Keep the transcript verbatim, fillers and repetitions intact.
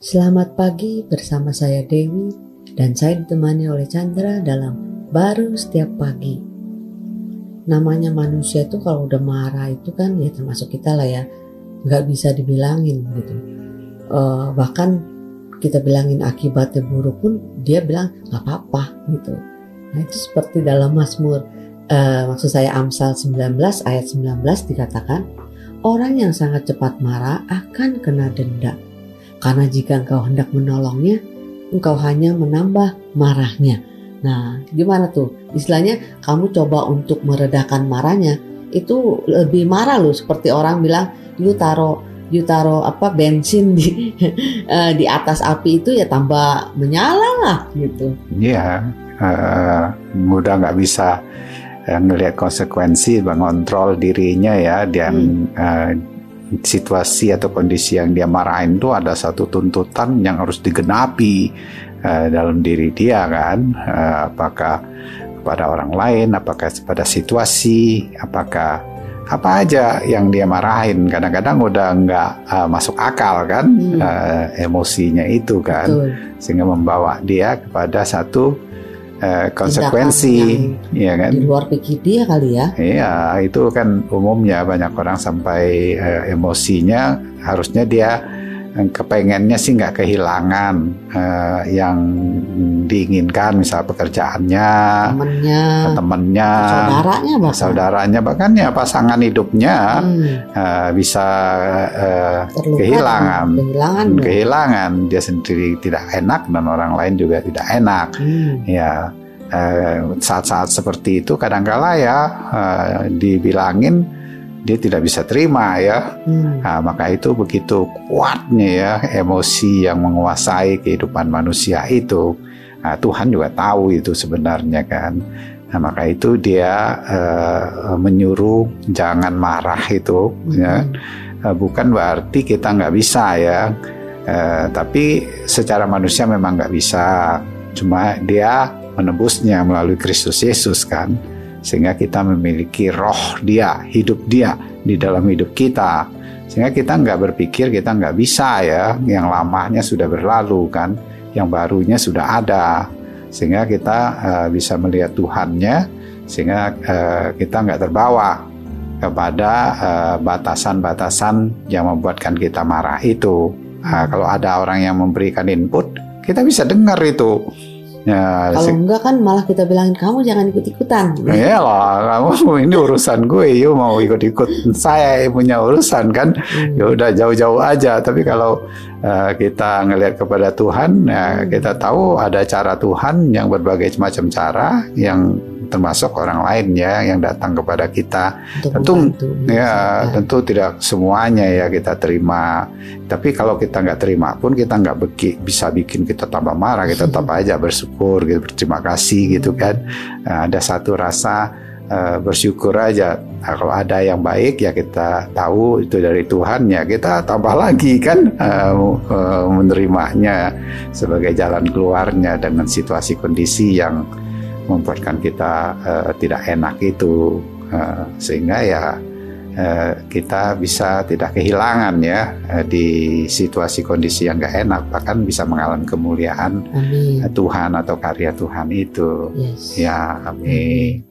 Selamat pagi bersama saya Dewi dan saya ditemani oleh Chandra dalam Baru Setiap Pagi. Namanya manusia itu kalau udah marah itu kan ya termasuk kita lah ya, nggak bisa dibilangin gitu. Uh, bahkan kita bilangin akibatnya buruk pun dia bilang nggak apa-apa gitu. Nah itu seperti dalam Mazmur, uh, maksud saya Amsal sembilan belas ayat sembilan belas dikatakan, orang yang sangat cepat marah akan kena denda. Karena jika engkau hendak menolongnya, engkau hanya menambah marahnya. Nah, gimana tuh? Istilahnya kamu coba untuk meredakan marahnya, itu lebih marah loh. Seperti orang bilang, you taro, you taro apa bensin di di atas api itu ya tambah menyala lah gitu. Iya, uh, mudah nggak bisa uh, ngelihat konsekuensi, mengontrol dirinya ya, dan hmm. uh, situasi atau kondisi yang dia marahin itu ada satu tuntutan yang harus digenapi uh, dalam diri dia kan, uh, apakah kepada orang lain, apakah pada situasi, apakah apa aja yang dia marahin. Kadang-kadang udah nggak uh, masuk akal kan, hmm. uh, emosinya itu kan. Betul. Sehingga membawa dia kepada satu Uh, konsekuensi, ya kan? Di luar pikir dia kali ya. Iya, itu kan umumnya banyak orang sampai uh, emosinya harusnya dia uh, kepengennya sih nggak kehilangan uh, yang diinginkan, misal pekerjaannya, temennya, temennya, saudaranya bahkan, saudaranya bahkan ya pasangan hidupnya hmm. uh, bisa uh, kehilangan, kehilangan, kehilangan dia sendiri tidak enak dan orang lain juga tidak enak. Hmm. Ya. Uh, saat-saat seperti itu kadangkala ya uh, dibilangin dia tidak bisa terima ya. Hmm. Nah, maka itu begitu kuatnya ya emosi yang menguasai kehidupan manusia itu. Nah, Tuhan juga tahu itu sebenarnya kan. Nah, maka itu dia uh, menyuruh jangan marah itu. Hmm. Ya. Uh, bukan berarti kita nggak bisa ya. Uh, tapi secara manusia memang nggak bisa. Cuma dia menebusnya melalui Kristus Yesus kan, sehingga kita memiliki roh dia, hidup dia di dalam hidup kita, sehingga kita nggak berpikir kita nggak bisa ya, yang lamanya sudah berlalu kan, yang barunya sudah ada, sehingga kita uh, bisa melihat Tuhannya, sehingga uh, kita nggak terbawa kepada uh, batasan-batasan yang membuatkan kita marah itu. Uh, kalau ada orang yang memberikan input, kita bisa dengar itu. Ya, kalau si- enggak kan malah kita bilangin kamu jangan ikut-ikutan. Iya lah, kamu ini urusan gue, you mau ikut-ikut saya punya urusan kan. Hmm. Ya udah jauh-jauh aja. Tapi kalau uh, kita ngelihat kepada Tuhan, ya, hmm. kita tahu ada cara Tuhan yang berbagai macam cara yang termasuk orang lain ya yang datang kepada kita. Untuk tentu membantu, ya, ya tentu tidak semuanya ya kita terima. Tapi kalau kita nggak terima pun kita nggak beki, bisa bikin kita tambah marah. Kita tetap aja bersyukur, gitu, berterima kasih gitu kan. Nah, ada satu rasa uh, bersyukur aja. Nah, kalau ada yang baik ya kita tahu itu dari Tuhan ya kita tambah lagi kan uh, uh, menerimanya sebagai jalan keluarnya dengan situasi kondisi yang membuatkan kita uh, tidak enak itu, uh, sehingga ya uh, kita bisa tidak kehilangan ya uh, di situasi kondisi yang gak enak, bahkan bisa mengalami kemuliaan uh, Tuhan atau karya Tuhan itu. Yes. Ya, amin. Amin.